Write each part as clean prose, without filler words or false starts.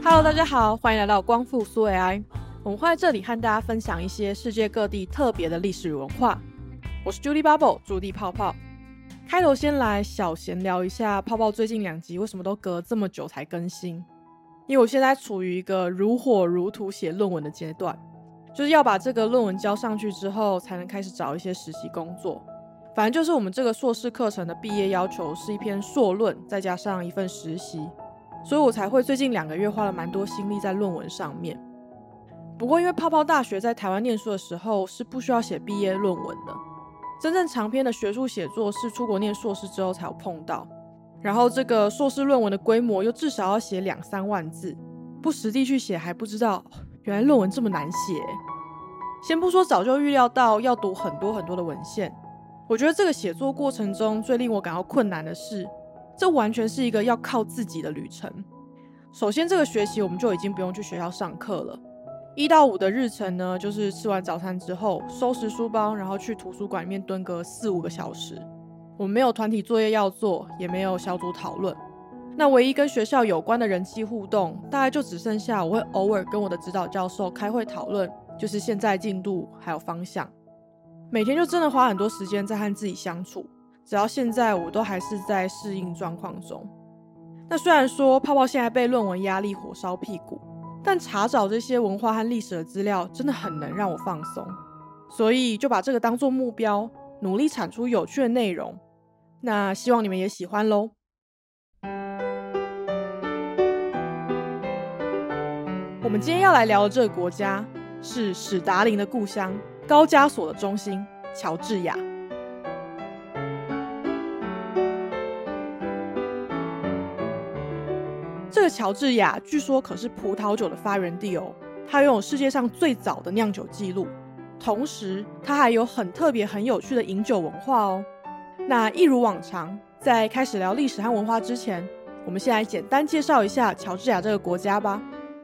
Hello， 大家好，欢迎来到光复苏 AI。我们会在这里和大家分享一些世界各地特别的历史与文化。我是 Judy Bubble， 朱迪泡泡。开头先来小闲聊一下，泡泡最近2集为什么都隔这么久才更新？因为我现在处于一个如火如荼写论文的阶段，就是要把这个论文交上去之后，才能开始找一些实习工作。反正就是我们这个硕士课程的毕业要求是一篇硕论，再加上一份实习。所以我才会最近2个月花了蛮多心力在论文上面。不过因为泡泡大学在台湾念书的时候是不需要写毕业论文的，真正长篇的学术写作是出国念硕士之后才有碰到，然后这个硕士论文的规模又至少要写2-3万字，不实地去写还不知道原来论文这么难写。先不说早就预料到要读很多很多的文献，我觉得这个写作过程中最令我感到困难的是，这完全是一个要靠自己的旅程。首先这个学期我们就已经不用去学校上课了，1到5的日程呢，就是吃完早餐之后收拾书包，然后去图书馆里面蹲个4-5个小时。我们没有团体作业要做，也没有小组讨论，那唯一跟学校有关的人际互动大概就只剩下我会偶尔跟我的指导教授开会讨论，就是现在进度还有方向。每天就真的花很多时间在和自己相处，直到现在我都还是在适应状况中。那虽然说泡泡现在被论文压力火烧屁股，但查找这些文化和历史的资料真的很能让我放松，所以就把这个当作目标，努力产出有趣的内容。那希望你们也喜欢咯。我们今天要来聊的这个国家是史达林的故乡，高加索的中心乔治亚。这个乔治亚据说可是葡萄酒的发源地哦，它拥有世界上最早的酿酒记录，同时它还有很特别很有趣的饮酒文化哦。那一如往常，在开始聊历史和文化之前，我们先来简单介绍一下乔治亚这个国家吧。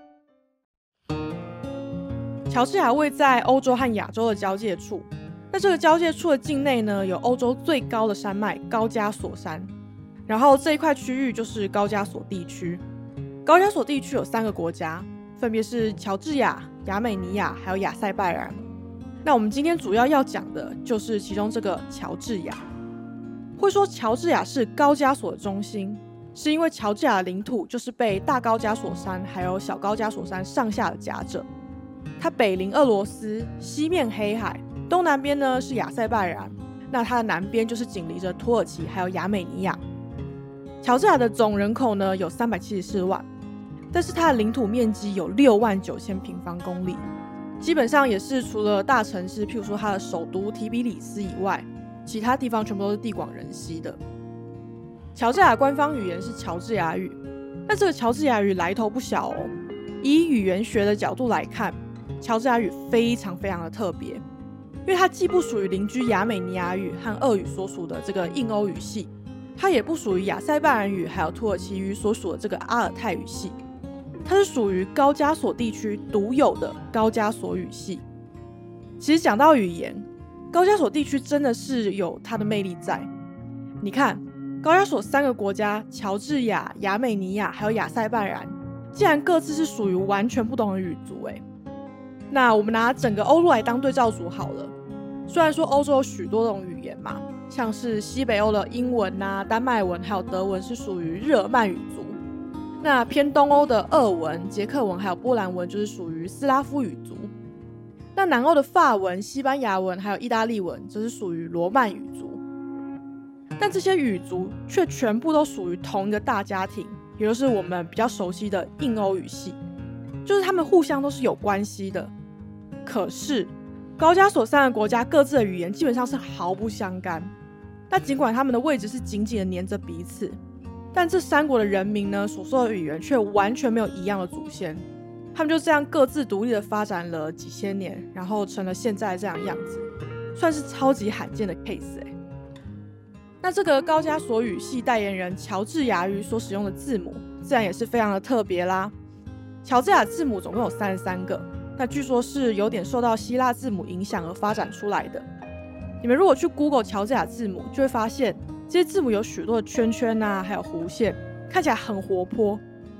乔治亚位在欧洲和亚洲的交界处，那这个交界处的境内呢，有欧洲最高的山脉高加索山，然后这一块区域就是高加索地区。高加索地区有3个国家，分别是乔治亚、亚美尼亚还有亚塞拜然。那我们今天主要讲的就是其中这个乔治亚。会说乔治亚是高加索的中心，是因为乔治亚的领土就是被大高加索山还有小高加索山上下的夹着，它北邻俄罗斯，西面黑海，东南边呢是亚塞拜然，那它的南边就是紧邻着土耳其还有亚美尼亚。乔治亚的总人口呢有374万，但是它的领土面积有69000平方公里，基本上也是除了大城市，譬如说它的首都提比里斯以外，其他地方全部都是地广人稀的。乔治亚官方语言是乔治亚语，但这个乔治亚语来头不小哦。以语言学的角度来看，乔治亚语非常非常的特别，因为它既不属于邻居亚美尼亚语和俄语所属的这个印欧语系，它也不属于亚塞拜然语还有土耳其语所属的这个阿尔泰语系，它是属于高加索地区独有的高加索语系。其实讲到语言，高加索地区真的是有它的魅力在。你看，高加索3个国家乔治亚、亚美尼亚还有亚塞拜然，竟然各自是属于完全不同的语族耶。那我们拿整个欧陆来当对照组好了，虽然说欧洲有许多种语言嘛，像是西北欧的英文啊、丹麦文还有德文是属于日耳曼语族，那偏东欧的俄文、捷克文还有波兰文就是属于斯拉夫语族，那南欧的法文、西班牙文还有意大利文则是属于罗曼语族。但这些语族却全部都属于同一个大家庭，也就是我们比较熟悉的印欧语系，就是他们互相都是有关系的。可是高加索3个国家各自的语言基本上是毫不相干，但尽管他们的位置是紧紧的黏着彼此，但这3国的人民呢所说的语言却完全没有一样的祖先，他们就这样各自独立的发展了几千年，然后成了现在这样的样子，算是超级罕见的 case 耶。那这个高加索语系代言人乔治亚语所使用的字母自然也是非常的特别啦。乔治亚字母总共有33个，那据说是有点受到希腊字母影响而发展出来的。你们如果去 Google 乔治亚字母，就会发现这些字母有许多的圈圈啊，还有弧线，看起来很活泼。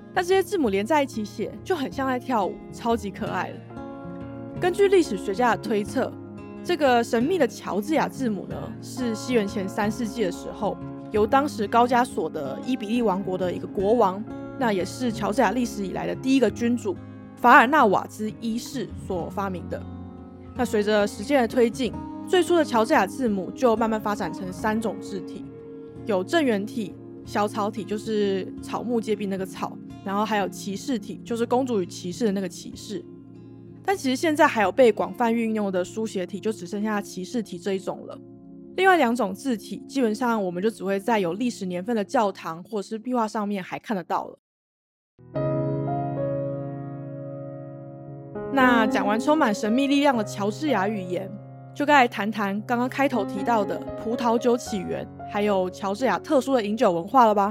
那这些字母连在一起写，就很像在跳舞，超级可爱的。根据历史学家的推测，这个神秘的乔治亚字母呢，是西元前3世纪的时候，由当时高加索的伊比利王国的一个国王，那也是乔治亚历史以来的第一个君主法尔纳瓦兹一世所发明的。那随着时间的推进，最初的乔治亚字母就慢慢发展成3种字体，有正圆体、小草体，就是草木皆兵那个草，然后还有骑士体，就是公主与骑士的那个骑士。但其实现在还有被广泛运用的书写体，就只剩下骑士体这一种了。另外2种字体，基本上我们就只会在有历史年份的教堂或者是壁画上面还看得到了。那讲完充满神秘力量的乔治亚语言，就该来谈谈刚刚开头提到的葡萄酒起源，还有乔治亚特殊的饮酒文化了吧？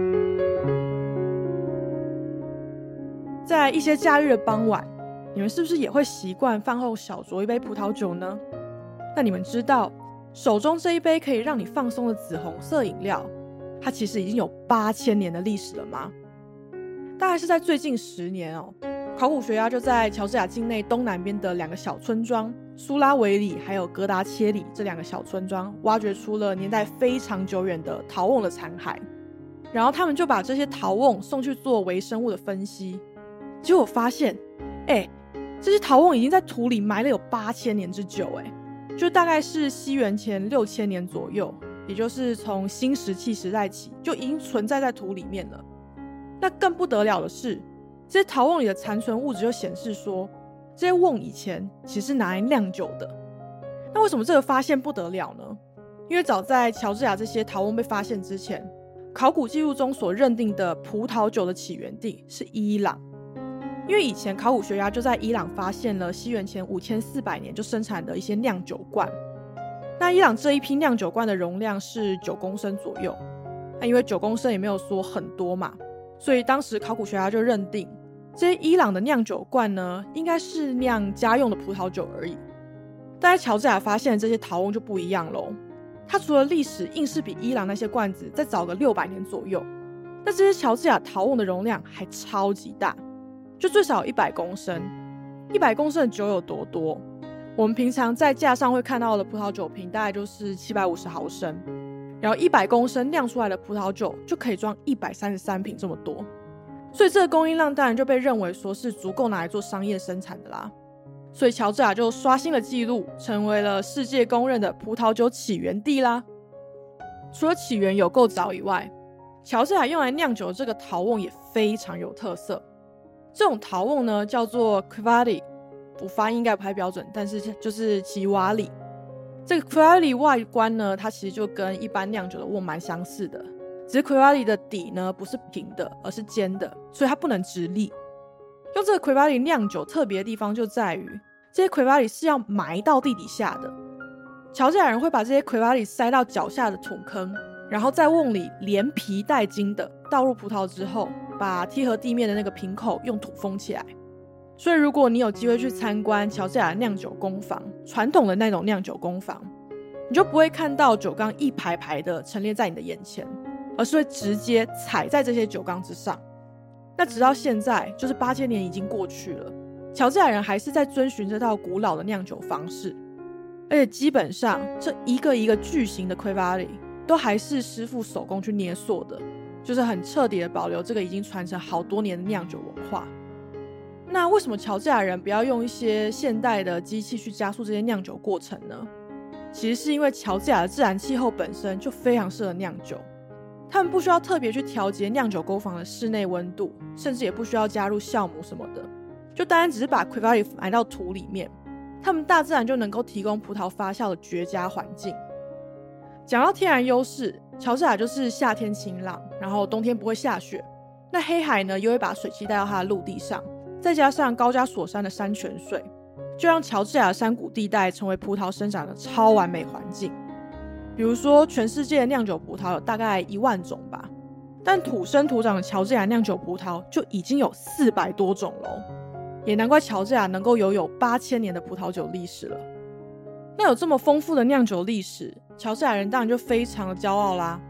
在一些假日的傍晚，你们是不是也会习惯饭后小酌一杯葡萄酒呢？那你们知道手中这一杯可以让你放松的紫红色饮料，它其实已经有8000年的历史了吗？大概是在最近10年考古学家就在乔治亚境内东南边的2个小村庄苏拉维里还有格达切里这2个小村庄，挖掘出了年代非常久远的陶瓮的残骸，然后他们就把这些陶瓮送去做微生物的分析，结果发现这些陶瓮已经在土里埋了有8000年之久，就大概是西元前6000年左右，也就是从新石器时代起就已经存在在土里面了。那更不得了的是，这些陶瓮里的残存物质就显示说，这些瓮以前其实是拿来酿酒的。那为什么这个发现不得了呢？因为早在乔治亚这些陶瓮被发现之前，考古记录中所认定的葡萄酒的起源地是伊朗。因为以前考古学家就在伊朗发现了西元前5400年就生产的一些酿酒罐。那伊朗这一批酿酒罐的容量是9公升左右，因为9公升也没有说很多嘛，所以当时考古学家就认定这些伊朗的酿酒罐呢，应该是酿家用的葡萄酒而已。但在乔治亚发现的这些陶瓮就不一样咯，它除了历史硬是比伊朗那些罐子再早个600年左右，但这些乔治亚陶瓮的容量还超级大，就最少有100公升。100公升的酒有多多？我们平常在架上会看到的葡萄酒瓶大概就是750毫升，然后100公升酿出来的葡萄酒就可以装133瓶这么多，所以这个供应量当然就被认为说是足够拿来做商业生产的啦。所以乔治亚就刷新了纪录，成为了世界公认的葡萄酒起源地啦。除了起源有够早以外，乔治亚用来酿酒的这个陶瓮也非常有特色。这种陶瓮呢叫做 Qvali， 我发音应该不太标准，但是就是奇瓦里。这个 Qvali 外观呢，它其实就跟一般酿酒的瓮蛮相似的，只是 Qvali 的底呢不是平的，而是尖的，所以它不能直立。用这个 Qvali 酿酒特别的地方就在于，这些 Qvali 是要埋到地底下的。乔治亚人会把这些 Qvali 塞到脚下的土坑，然后在瓮里连皮带筋的倒入葡萄之后，把贴合地面的那个瓶口用土封起来。所以如果你有机会去参观乔治亚的酿酒工坊，传统的那种酿酒工坊，你就不会看到酒缸一排排的陈列在你的眼前，而是会直接踩在这些酒缸之上。那直到现在，就是8000年已经过去了，乔治亚人还是在遵循这套古老的酿酒方式，而且基本上这一个一个巨型的 Qvali 都还是师傅手工去捏塑的，就是很彻底的保留这个已经传承好多年的酿酒文化。那为什么乔治亚人不要用一些现代的机器去加速这些酿酒过程呢？其实是因为乔治亚的自然气候本身就非常适合酿酒，他们不需要特别去调节酿酒工坊的室内温度，甚至也不需要加入酵母什么的，就单单只是把 Qvali 埋到土里面，他们大自然就能够提供葡萄发酵的绝佳环境。讲到天然优势，乔治亚就是夏天晴朗，然后冬天不会下雪，那黑海呢又会把水汽带到它的陆地上，再加上高加索山的山泉水，就让乔治亚的山谷地带成为葡萄生长的超完美环境。比如说全世界的酿酒葡萄有大概1万种吧，但土生土长的乔治亚酿酒葡萄就已经有400多种了，也难怪乔治亚能够拥有8000年的葡萄酒历史了。那有这么丰富的酿酒历史，乔治亚人当然就非常的骄傲啦。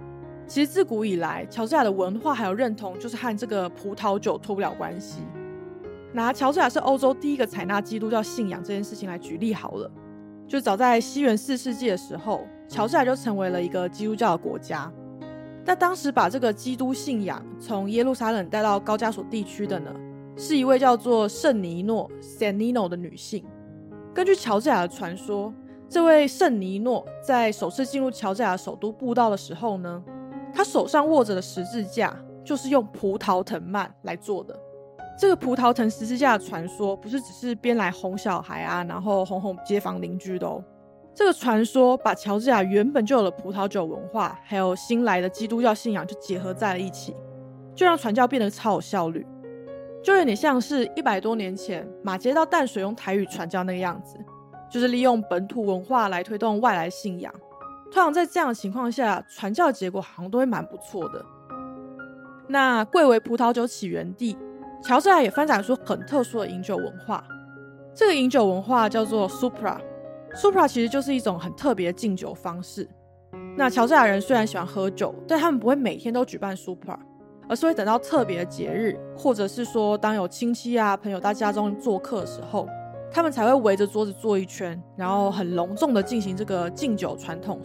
其实自古以来，乔治亚的文化还有认同就是和这个葡萄酒脱不了关系。拿乔治亚是欧洲第一个采纳基督教信仰这件事情来举例好了，就早在西元4世纪的时候，乔治亚就成为了一个基督教的国家。那当时把这个基督信仰从耶路撒冷带到高加索地区的呢，是一位叫做圣尼诺 San Nino 的女性。根据乔治亚的传说，这位圣尼诺在首次进入乔治亚的首都布道的时候呢，她手上握着的十字架就是用葡萄藤蔓来做的。这个葡萄藤十字架的传说不是只是编来哄小孩啊，然后哄街坊邻居的哦。这个传说把乔治亚原本就有的葡萄酒文化还有新来的基督教信仰就结合在了一起，就让传教变得超有效率，就有点像是100多年前马偕到淡水用台语传教那个样子，就是利用本土文化来推动外来信仰。通常在这样的情况下，传教的结果好像都会蛮不错的。那贵为葡萄酒起源地，乔治亚也发展出很特殊的饮酒文化。这个饮酒文化叫做 Supra 其实就是一种很特别的敬酒方式。那乔治亚人虽然喜欢喝酒，但他们不会每天都举办 Supra， 而是会等到特别的节日，或者是说当有亲戚啊朋友到家中做客的时候，他们才会围着桌子坐一圈，然后很隆重的进行这个敬酒传统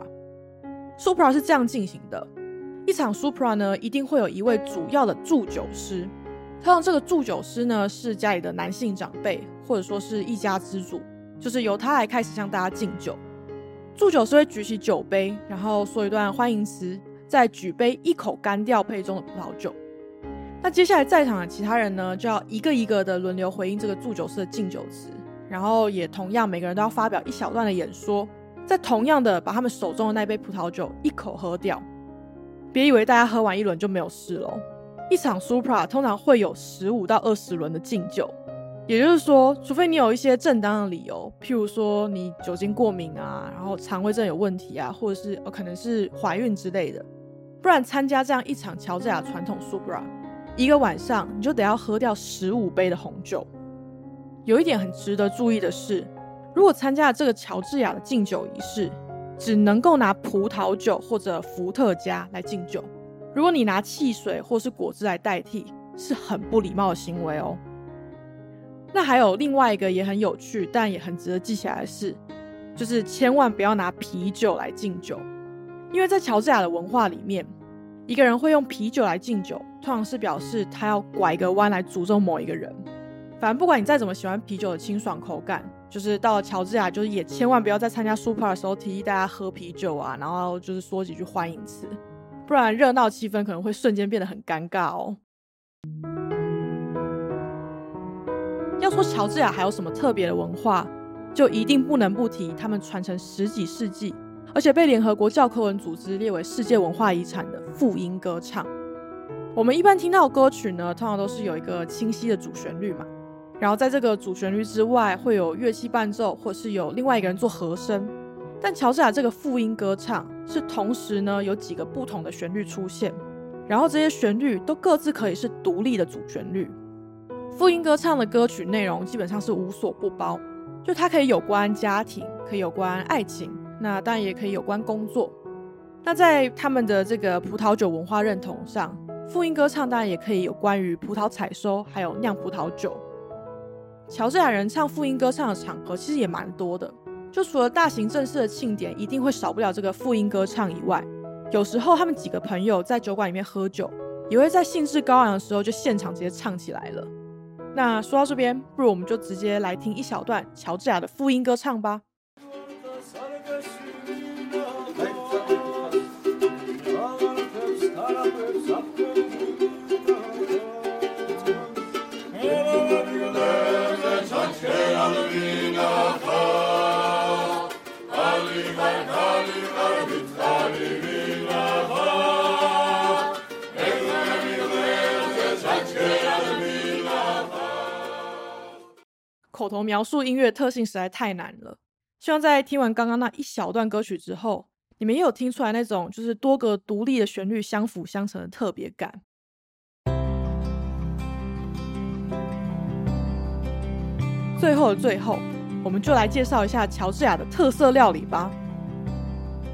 Supra 是这样进行的，一场 Supra 呢一定会有一位主要的祝酒师，通常这个祝酒师呢是家里的男性长辈，或者说是一家之主，就是由他来开始向大家敬酒。祝酒师会举起酒杯，然后说一段欢迎词，再举杯一口干掉杯中的葡萄酒。那接下来在场的其他人呢，就要一个一个的轮流回应这个祝酒师的敬酒词，然后也同样每个人都要发表一小段的演说，再同样的把他们手中的那杯葡萄酒一口喝掉。别以为大家喝完一轮就没有事咯，一场 Supra 通常会有15到20轮的敬酒，也就是说，除非你有一些正当的理由，譬如说你酒精过敏啊，然后肠胃症有问题啊，或者是可能是怀孕之类的，不然参加这样一场乔治亚传统 Supra， 一个晚上你就得要喝掉15杯的红酒。有一点很值得注意的是，如果参加了这个乔治亚的敬酒仪式，只能够拿葡萄酒或者伏特加来敬酒，如果你拿汽水或是果汁来代替，是很不礼貌的行为哦。那还有另外一个也很有趣但也很值得记起来的事，就是千万不要拿啤酒来敬酒。因为在乔治亚的文化里面，一个人会用啤酒来敬酒，通常是表示他要拐个弯来诅咒某一个人。反正不管你再怎么喜欢啤酒的清爽口感，就是到了乔治亚，就是也千万不要在参加 Supra 的时候提议大家喝啤酒啊，然后就是说几句欢迎词，不然热闹气氛可能会瞬间变得很尴尬哦。要说乔治亚还有什么特别的文化，就一定不能不提他们传承10几世纪，而且被联合国教科文组织列为世界文化遗产的复音歌唱。我们一般听到的歌曲呢，通常都是有一个清晰的主旋律嘛，然后在这个主旋律之外会有乐器伴奏，或是有另外一个人做和声。但乔治亚这个复音歌唱是同时呢有几个不同的旋律出现，然后这些旋律都各自可以是独立的主旋律。复音歌唱的歌曲内容基本上是无所不包，就它可以有关家庭，可以有关爱情，那当然也可以有关工作。那在他们的这个葡萄酒文化认同上，复音歌唱当然也可以有关于葡萄采收还有酿葡萄酒。乔治亚人唱复音歌唱的场合其实也蛮多的，就除了大型正式的庆典一定会少不了这个复音歌唱以外，有时候他们几个朋友在酒馆里面喝酒，也会在兴致高昂的时候就现场直接唱起来了。那说到这边，不如我们就直接来听一小段乔治亚的复音歌唱吧。口头描述音乐特性实在太难了，希望在听完刚刚那一小段歌曲之后，你们也有听出来那种就是多个独立的旋律相辅相成的特别感。最后的最后，我们就来介绍一下乔治亚的特色料理吧。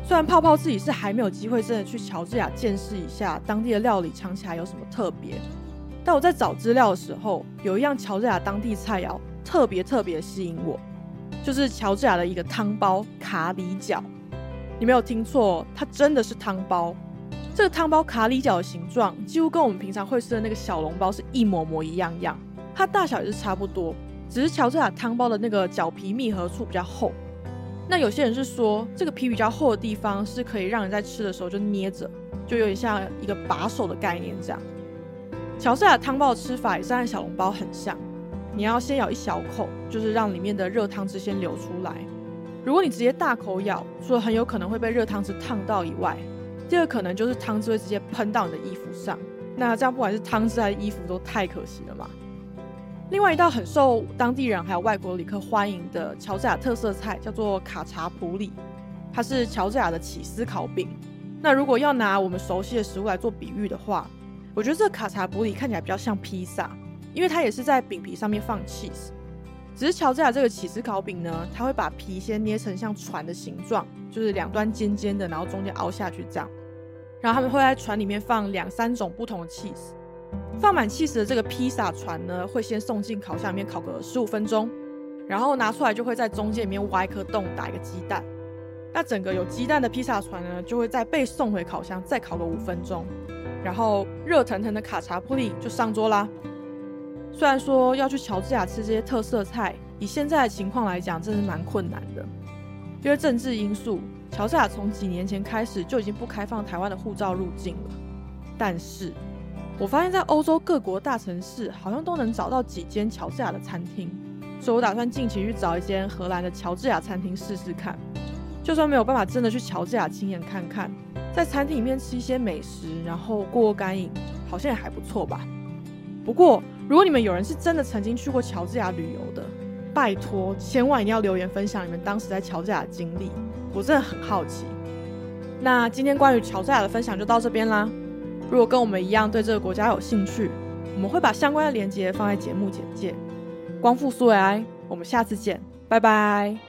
虽然泡泡自己是还没有机会真的去乔治亚见识一下当地的料理尝起来有什么特别，但我在找资料的时候，有一样乔治亚当地菜肴特别吸引我，就是乔治亚的一个汤包卡里角。你没有听错，它真的是汤包。这个汤包卡里角的形状几乎跟我们平常会吃的那个小笼包是一模一样，它大小也是差不多，只是乔治亚汤包的那个角皮密合处比较厚。那有些人是说，这个皮比较厚的地方是可以让人在吃的时候就捏着，就有点像一个把手的概念这样。乔治亚汤包的吃法也是和小笼包很像，你要先咬一小口，就是让里面的热汤汁先流出来。如果你直接大口咬，除了很有可能会被热汤汁烫到以外，第二可能就是汤汁会直接喷到你的衣服上，那这样不管是汤汁还是衣服都太可惜了嘛。另外一道很受当地人还有外国旅客欢迎的乔治亚特色菜叫做卡查普里，它是乔治亚的起司烤饼。那如果要拿我们熟悉的食物来做比喻的话，我觉得这个卡查普里看起来比较像披萨，因为它也是在饼皮上面放 cheese。只是乔治亚这个起司烤饼呢，它会把皮先捏成像船的形状，就是两端尖尖的，然后中间凹下去这样。然后他们会在船里面放2-3种不同的 cheese。放满cheese的这个披萨船呢，会先送进烤箱里面烤个15分钟，然后拿出来就会在中间里面挖一颗洞，打一个鸡蛋。那整个有鸡蛋的披萨船呢，就会再被送回烤箱，再烤个5分钟，然后热腾腾的卡查普里就上桌啦。虽然说要去乔治亚吃这些特色菜，以现在的情况来讲，真是蛮困难的，因为政治因素，乔治亚从几年前开始就已经不开放台湾的护照入境了。但是我发现在欧洲各国大城市好像都能找到几间乔治亚的餐厅，所以我打算近期去找一间荷兰的乔治亚餐厅试试看。就算没有办法真的去乔治亚亲眼看看，在餐厅里面吃一些美食，然后过干瘾，好像也还不错吧。不过如果你们有人是真的曾经去过乔治亚旅游的，拜托千万一定要留言分享你们当时在乔治亚的经历，我真的很好奇。那今天关于乔治亚的分享就到这边啦。如果跟我们一样对这个国家有兴趣，我们会把相关的连结放在节目简介。光复苏维埃，我们下次见，拜拜。